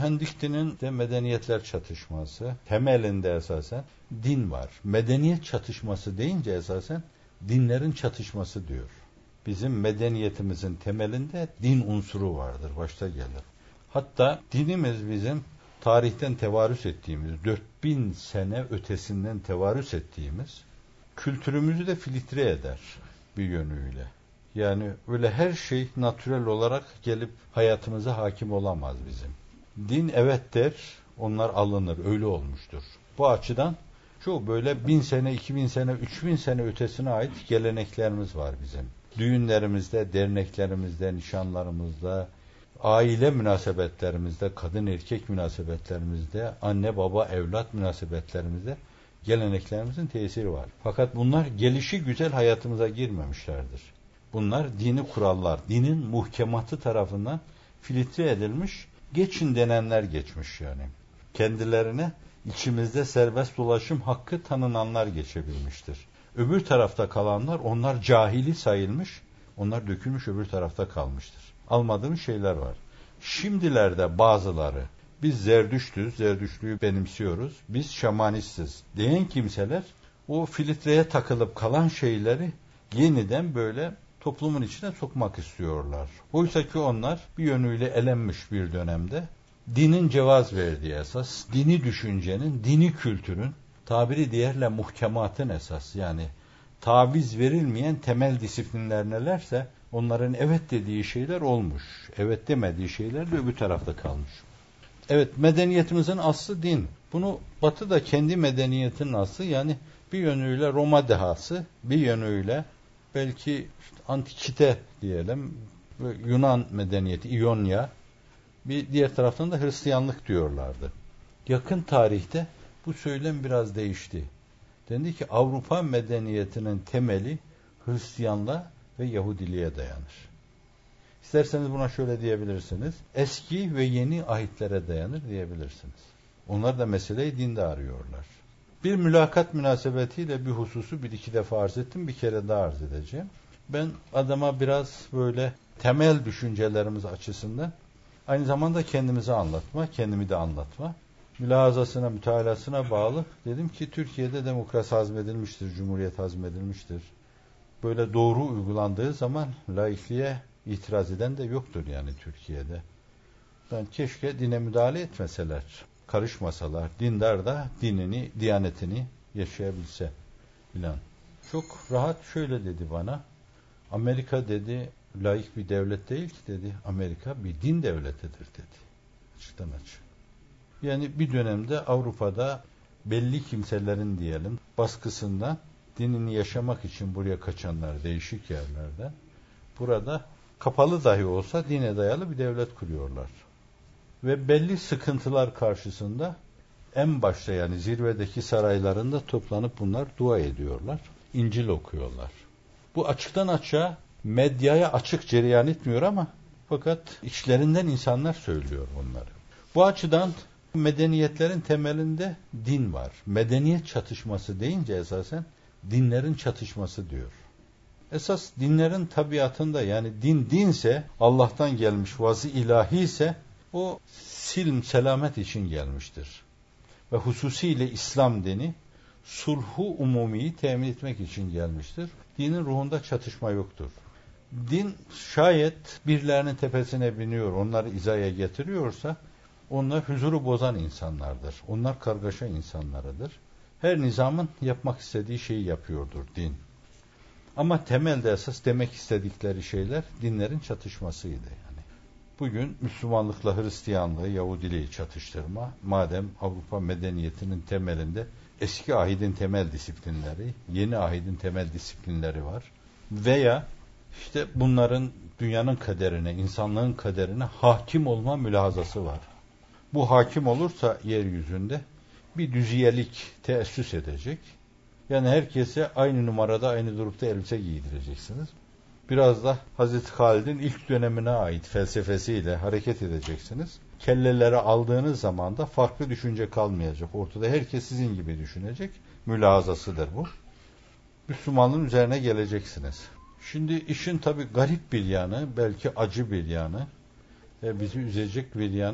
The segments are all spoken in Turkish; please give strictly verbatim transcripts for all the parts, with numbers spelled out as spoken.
Hendikti'nin de medeniyetler çatışması temelinde esasen din var. Medeniyet çatışması deyince esasen dinlerin çatışması diyor. Bizim medeniyetimizin temelinde din unsuru vardır, başta gelir. Hatta dinimiz bizim tarihten tevarüs ettiğimiz, dört bin sene ötesinden tevarüs ettiğimiz kültürümüzü de filtre eder bir yönüyle. Yani öyle her şey natürel olarak gelip hayatımıza hakim olamaz bizim. Din evet der, onlar alınır, öyle olmuştur. Bu açıdan şu böyle bin sene, iki bin sene, üç bin sene ötesine ait geleneklerimiz var bizim. Düğünlerimizde, derneklerimizde, nişanlarımızda, aile münasebetlerimizde, kadın erkek münasebetlerimizde, anne baba evlat münasebetlerimizde geleneklerimizin tesiri var. Fakat bunlar gelişi güzel hayatımıza girmemişlerdir. Bunlar dini kurallar, dinin muhkematı tarafından filtre edilmiş, geçin denenler geçmiş yani. Kendilerine içimizde serbest dolaşım hakkı tanınanlar geçebilmiştir. Öbür tarafta kalanlar, onlar cahili sayılmış, onlar dökülmüş öbür tarafta kalmıştır. Almadığımız şeyler var. Şimdilerde bazıları, biz Zerdüştüz, Zerdüştlüğü benimsiyoruz, biz şamanistiz diyen kimseler, o filtreye takılıp kalan şeyleri yeniden böyle toplumun içine sokmak istiyorlar. Oysa ki onlar bir yönüyle elenmiş bir dönemde, dinin cevaz verdiği esas, dini düşüncenin, dini kültürün, tabiri diğerle muhkematın esas, yani taviz verilmeyen temel disiplinler nelerse, onların evet dediği şeyler olmuş. Evet demediği şeyler de öbür tarafta kalmış. Evet, medeniyetimizin aslı din. Bunu Batı da kendi medeniyetinin aslı, yani bir yönüyle Roma dehası, bir yönüyle belki işte antikite diyelim, Yunan medeniyeti, İonya, bir diğer taraftan da Hristiyanlık diyorlardı. Yakın tarihte bu söylem biraz değişti. Dendi ki Avrupa medeniyetinin temeli Hristiyanlığa ve Yahudiliğe dayanır. İsterseniz buna şöyle diyebilirsiniz. Eski ve yeni ahitlere dayanır diyebilirsiniz. Onlar da meseleyi dinde arıyorlar. Bir mülakat münasebetiyle bir hususu bir iki defa arz ettim, bir kere daha arz edeceğim. Ben adama biraz böyle temel düşüncelerimiz açısından aynı zamanda kendimizi anlatma, kendimi de anlatma, mülahazasına, mütalasına bağlı dedim ki Türkiye'de demokrasi hazmedilmiştir, cumhuriyet hazmedilmiştir. Böyle doğru uygulandığı zaman laikliğe itiraz eden de yoktur yani Türkiye'de. Ben keşke dine müdahale etmeseler, karışmasalar, dindar da dinini, diyanetini yaşayabilse filan. Çok rahat şöyle dedi bana, Amerika dedi, laik bir devlet değil ki dedi, Amerika bir din devletidir dedi. Açıktan açık. Yani bir dönemde Avrupa'da belli kimselerin diyelim baskısından dinini yaşamak için buraya kaçanlar değişik yerlerden burada kapalı dahi olsa dine dayalı bir devlet kuruyorlar. Ve belli sıkıntılar karşısında en başta yani zirvedeki saraylarında toplanıp bunlar dua ediyorlar. İncil okuyorlar. Bu açıktan açığa medyaya açık cereyan etmiyor ama fakat içlerinden insanlar söylüyor bunları. Bu açıdan medeniyetlerin temelinde din var. Medeniyet çatışması deyince esasen dinlerin çatışması diyor. Esas dinlerin tabiatında yani din dinse, Allah'tan gelmiş vazı ilahi ise o silm selamet için gelmiştir. Ve hususiyle İslam dini sulhu umumiyi temin etmek için gelmiştir. Dinin ruhunda çatışma yoktur. Din şayet birilerinin tepesine biniyor, onları izaya getiriyorsa onlar huzuru bozan insanlardır. Onlar kargaşa insanlarıdır. Her nizamın yapmak istediği şeyi yapıyordur din. Ama temelde esas demek istedikleri şeyler dinlerin çatışmasıydı yani. Bugün Müslümanlıkla Hristiyanlığı, Yahudiliği çatıştırma, madem Avrupa medeniyetinin temelinde eski ahidin temel disiplinleri, yeni ahidin temel disiplinleri var veya işte bunların dünyanın kaderine, insanlığın kaderine hakim olma mülahazası var. Bu hakim olursa yeryüzünde bir düziyelik teessüs edecek. Yani herkese aynı numarada, aynı durukta elbise giydireceksiniz. Biraz da Hazreti Halid'in ilk dönemine ait felsefesiyle hareket edeceksiniz. Kelleleri aldığınız zaman da farklı düşünce kalmayacak. Ortada herkes sizin gibi düşünecek. Mülahazasıdır bu. Müslümanlığın üzerine geleceksiniz. Şimdi işin tabii garip bir yanı, belki acı bir yanı ve bizi üzecek bir yanı,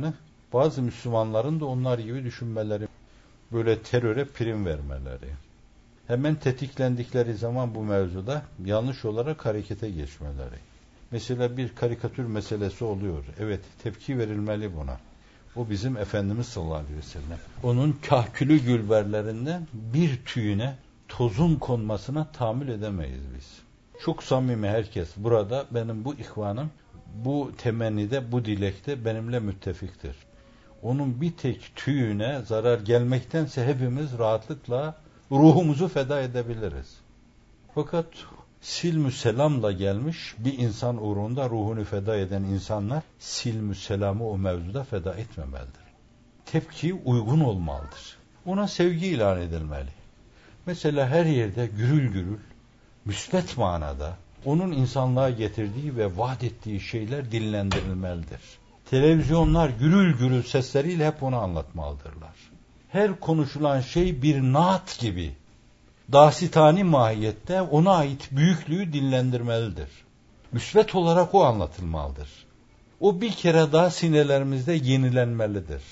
Bazı Müslümanların da onlar gibi düşünmeleri, böyle teröre prim vermeleri, hemen tetiklendikleri zaman bu mevzuda yanlış olarak harekete geçmeleri. Mesela bir karikatür meselesi oluyor. Evet, tepki verilmeli buna. O bizim Efendimiz sallallahu aleyhi ve sellem. Onun kahkülü gülberlerinden bir tüyüne tozun konmasına tahammül edemeyiz biz. Çok samimi herkes burada, benim bu ihvanım bu temennide, bu dilekte benimle müttefiktir. Onun bir tek tüyüne zarar gelmektense hepimiz rahatlıkla ruhumuzu feda edebiliriz. Fakat silmü selamla gelmiş bir insan uğrunda ruhunu feda eden insanlar silmü selamı o mevzuda feda etmemelidir. Tepki uygun olmalıdır. Ona sevgi ilan edilmeli. Mesela her yerde gürül gürül, müsbet manada onun insanlığa getirdiği ve vaat ettiği şeyler dinlendirilmelidir. Televizyonlar gürül gürül sesleriyle hep onu anlatmalıdırlar. Her konuşulan şey bir naat gibi, dasitani mahiyette ona ait büyüklüğü dinlendirmelidir. Müsbet olarak o anlatılmalıdır. O bir kere daha sinirlerimizde yenilenmelidir.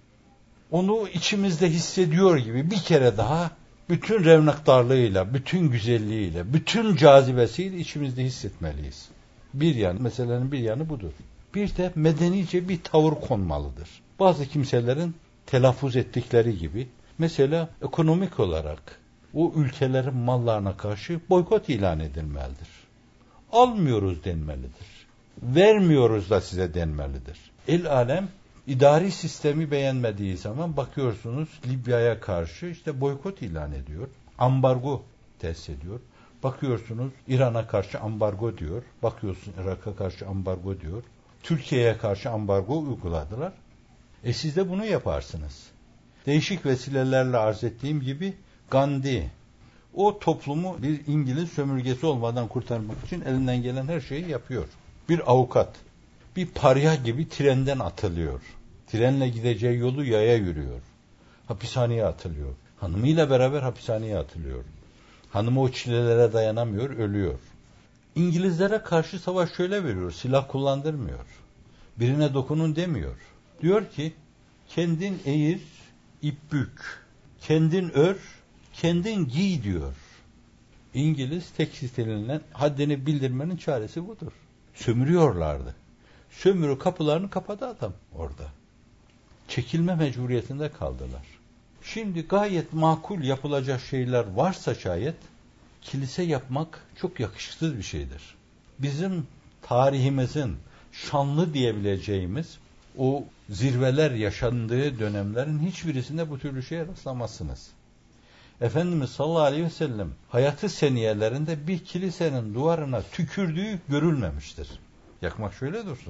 Onu içimizde hissediyor gibi bir kere daha bütün revnaktarlığıyla, bütün güzelliğiyle, bütün cazibesiyle içimizde hissetmeliyiz. Bir yanı, meselenin bir yanı budur. Bir de medenice bir tavır konmalıdır. Bazı kimselerin telaffuz ettikleri gibi, mesela ekonomik olarak o ülkelerin mallarına karşı boykot ilan edilmelidir. Almıyoruz denmelidir. Vermiyoruz da size denmelidir. El alem idari sistemi beğenmediği zaman bakıyorsunuz Libya'ya karşı işte boykot ilan ediyor. Ambargo tesis ediyor. Bakıyorsunuz İran'a karşı ambargo diyor. Bakıyorsun Irak'a karşı ambargo diyor. Türkiye'ye karşı ambargo uyguladılar. E siz de bunu yaparsınız. Değişik vesilelerle arz ettiğim gibi Gandhi o toplumu bir İngiliz sömürgesi olmadan kurtarmak için elinden gelen her şeyi yapıyor. Bir avukat, bir parya gibi trenden atılıyor. Trenle gideceği yolu yaya yürüyor. Hapishaneye atılıyor. Hanımıyla beraber hapishaneye atılıyor. Hanımı o çilelere dayanamıyor, ölüyor. İngilizlere karşı savaş şöyle veriyor, silah kullandırmıyor. Birine dokunun demiyor. Diyor ki, kendin eğir, ip bük. Kendin ör, kendin giy diyor. İngiliz tekstilinin haddini bildirmenin çaresi budur. Sömürüyorlardı. Sömürü kapılarını kapadı adam orada. Çekilme mecburiyetinde kaldılar. Şimdi gayet makul yapılacak şeyler varsa şayet, kilise yapmak çok yakışıksız bir şeydir. Bizim tarihimizin şanlı diyebileceğimiz o zirveler yaşandığı dönemlerin hiçbirisinde bu türlü şeye rastlamazsınız. Efendimiz sallallahu aleyhi ve sellem hayatı seniyelerinde bir kilisenin duvarına tükürdüğü görülmemiştir. Yakmak şöyle dursun.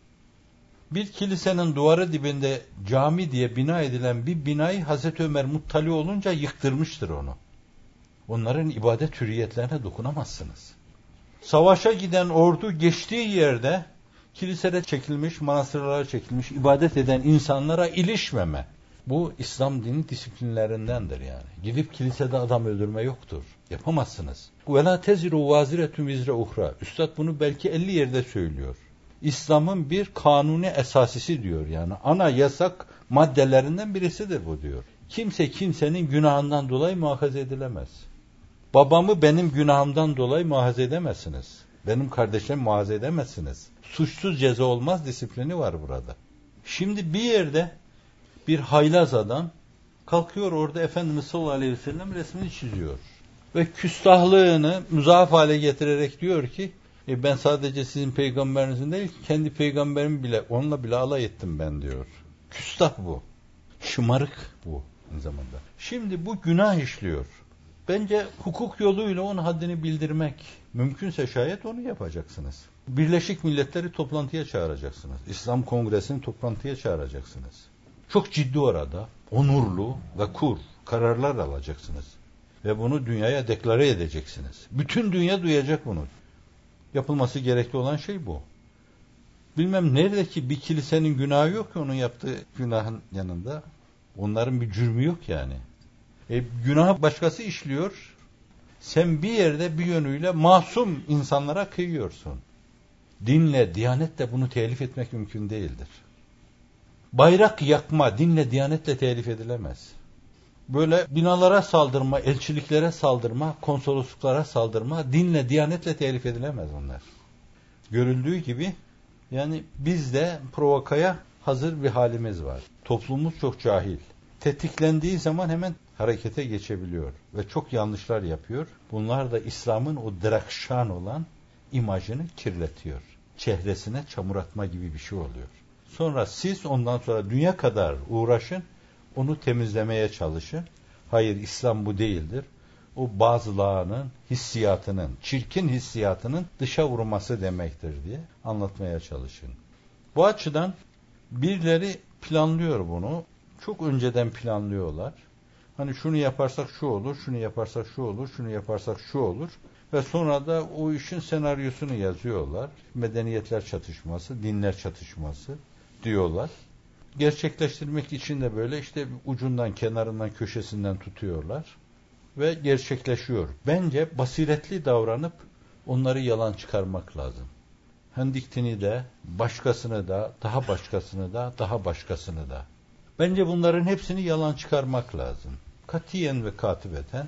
Bir kilisenin duvarı dibinde cami diye bina edilen bir binayı Hazreti Ömer muttali olunca yıktırmıştır onu. Onların ibadet hürriyetlerine dokunamazsınız. Savaşa giden ordu geçtiği yerde kiliselere çekilmiş, manastırlara çekilmiş, ibadet eden insanlara ilişmeme. Bu İslam dini disiplinlerindendir yani. Gidip kilisede adam öldürme yoktur. Yapamazsınız. وَلَا تَزِرُ وَازِرَةٌ وِزْرَ اُخْرَى. Üstad bunu belki elli yerde söylüyor. İslam'ın bir kanuni esasisi diyor yani. Ana yasak maddelerinden birisidir bu diyor. Kimse kimsenin günahından dolayı muhafaza edilemez. Babamı benim günahımdan dolayı muhafaza edemezsiniz. Benim kardeşimi muhafaza edemezsiniz. Suçsuz ceza olmaz disiplini var burada. Şimdi bir yerde bir haylaz adam kalkıyor orada Efendimiz sallallahu aleyhi ve sellem resmini çiziyor. Ve küstahlığını müzaaf hale getirerek diyor ki e ben sadece sizin peygamberinizin değil kendi peygamberimi bile onunla bile alay ettim ben diyor. Küstah bu. Şımarık bu aynı zamanda. Şimdi bu günah işliyor. Bence hukuk yoluyla onun haddini bildirmek mümkünse şayet onu yapacaksınız. Birleşik Milletleri toplantıya çağıracaksınız. İslam Kongresi'ni toplantıya çağıracaksınız. Çok ciddi orada, onurlu ve kur kararlar alacaksınız. Ve bunu dünyaya deklare edeceksiniz. Bütün dünya duyacak bunu. Yapılması gerekli olan şey bu. Bilmem neredeki bir kilisenin günahı yok ki onun yaptığı günahın yanında. Onların bir cürmü yok yani. E, günahı başkası işliyor. Sen bir yerde bir yönüyle masum insanlara kıyıyorsun. Dinle, diyanetle bunu telif etmek mümkün değildir. Bayrak yakma dinle, diyanetle telif edilemez. Böyle binalara saldırma, elçiliklere saldırma, konsolosluklara saldırma dinle, diyanetle telif edilemez onlar. Görüldüğü gibi yani bizde provokaya hazır bir halimiz var. Toplumumuz çok cahil. Tetiklendiği zaman hemen harekete geçebiliyor ve çok yanlışlar yapıyor. Bunlar da İslam'ın o drakşan olan imajını kirletiyor. Çehresine çamur atma gibi bir şey oluyor. Sonra siz ondan sonra dünya kadar uğraşın, onu temizlemeye çalışın. Hayır, İslam bu değildir. O bazılarının hissiyatının, çirkin hissiyatının dışa vurması demektir diye anlatmaya çalışın. Bu açıdan birileri planlıyor bunu. Çok önceden planlıyorlar. Hani şunu yaparsak şu olur, şunu yaparsak şu olur, şunu yaparsak şu olur. Ve sonra da o işin senaryosunu yazıyorlar. Medeniyetler çatışması, dinler çatışması diyorlar. Gerçekleştirmek için de böyle işte ucundan, kenarından, köşesinden tutuyorlar. Ve gerçekleşiyor. Bence basiretli davranıp onları yalan çıkarmak lazım. Hendiktini de, başkasını da, daha başkasını da, daha başkasını da. Bence bunların hepsini yalan çıkarmak lazım. Katiyen ve katibeten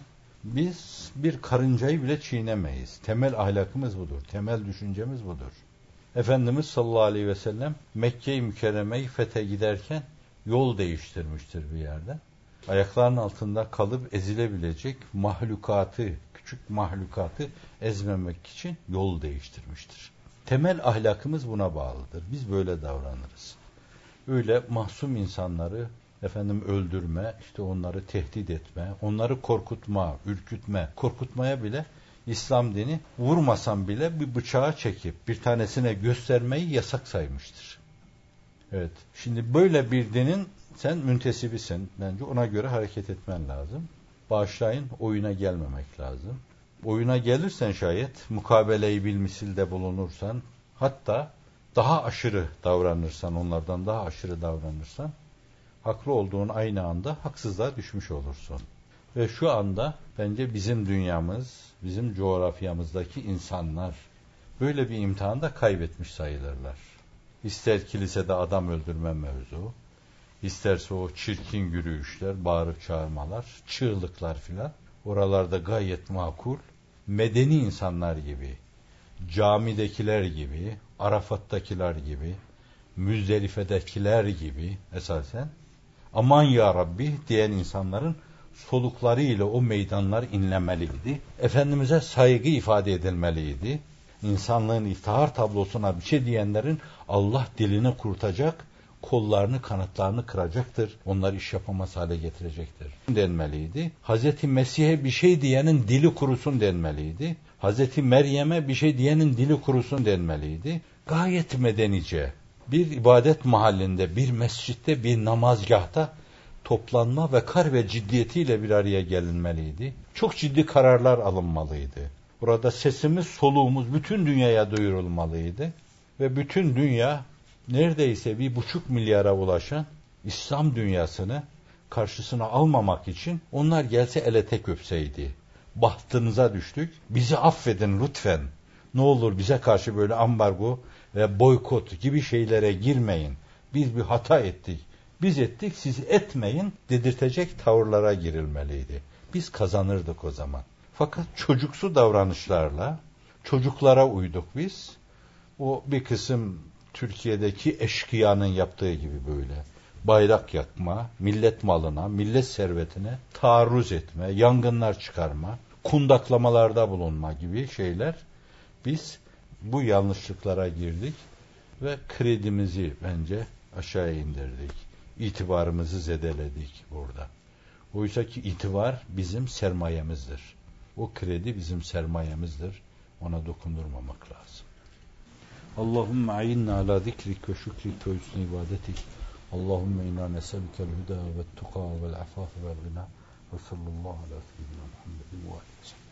biz bir karıncayı bile çiğnemeyiz. Temel ahlakımız budur. Temel düşüncemiz budur. Efendimiz sallallahu aleyhi ve sellem Mekke-i Mükerreme'yi fethe giderken yol değiştirmiştir bir yerde. Ayaklarının altında kalıp ezilebilecek mahlukatı, küçük mahlukatı ezmemek için yol değiştirmiştir. Temel ahlakımız buna bağlıdır. Biz böyle davranırız. Öyle mahzum insanları efendim öldürme, işte onları tehdit etme, onları korkutma, ürkütme, korkutmaya bile İslam dini vurmasam bile bir bıçağı çekip bir tanesine göstermeyi yasak saymıştır. Evet. Şimdi böyle bir dinin sen müntesibisin. Bence ona göre hareket etmen lazım. Bağışlayın, oyuna gelmemek lazım. Oyuna gelirsen şayet, mukabele-i bilmisilde bulunursan, hatta daha aşırı davranırsan, onlardan daha aşırı davranırsan, haklı olduğun aynı anda haksızlığa düşmüş olursun. Ve şu anda bence bizim dünyamız, bizim coğrafyamızdaki insanlar böyle bir imtihanda kaybetmiş sayılırlar. İster kilisede adam öldürme mevzu, isterse o çirkin yürüyüşler, bağırıp çağırmalar, çığlıklar filan, oralarda gayet makul, medeni insanlar gibi, camidekiler gibi, Arafat'takiler gibi, Müzdelife'dekiler gibi esasen, aman ya Rabbi diyen insanların soluklarıyla o meydanlar inlemeliydi. Efendimiz'e saygı ifade edilmeliydi. İnsanlığın iftihar tablosuna bir şey diyenlerin Allah dilini kurtacak, kollarını, kanatlarını kıracaktır. Onları iş yapamaz hale getirecektir denmeliydi. Hazreti Mesih'e bir şey diyenin dili kurusun denmeliydi. Hazreti Meryem'e bir şey diyenin dili kurusun denmeliydi. Gayet medenice bir ibadet mahallinde, bir mescitte, bir namazgahta toplanma ve kar ve ciddiyetiyle bir araya gelinmeliydi. Çok ciddi kararlar alınmalıydı. Burada sesimiz, soluğumuz bütün dünyaya duyurulmalıydı. Ve bütün dünya neredeyse bir buçuk milyara ulaşan İslam dünyasını karşısına almamak için onlar gelse ele tek öpseydi. Bahtınıza düştük, bizi affedin lütfen. Ne olur bize karşı böyle ambargo ve boykot gibi şeylere girmeyin. Biz bir hata ettik. Biz ettik, siz etmeyin dedirtecek tavırlara girilmeliydi. Biz kazanırdık o zaman. Fakat çocuksu davranışlarla çocuklara uyduk biz. O bir kısım Türkiye'deki eşkıyanın yaptığı gibi böyle bayrak yakma, millet malına, millet servetine taarruz etme, yangınlar çıkarma, kundaklamalarda bulunma gibi şeyler. Biz bu yanlışlıklara girdik ve kredimizi bence aşağı indirdik. İtibarımızı zedeledik burada. Oysa ki itibar bizim sermayemizdir. O kredi bizim sermayemizdir. Ona dokundurmamak lazım. Allahümme a'inna ala zikrik ve şükrik ve husni ibadetik. Allahümme inna nes'elukel huda ve tuqa vel afaf vel gina ve sallallahu ala seyyidina Muhammedin ve aleyhi ve sellem.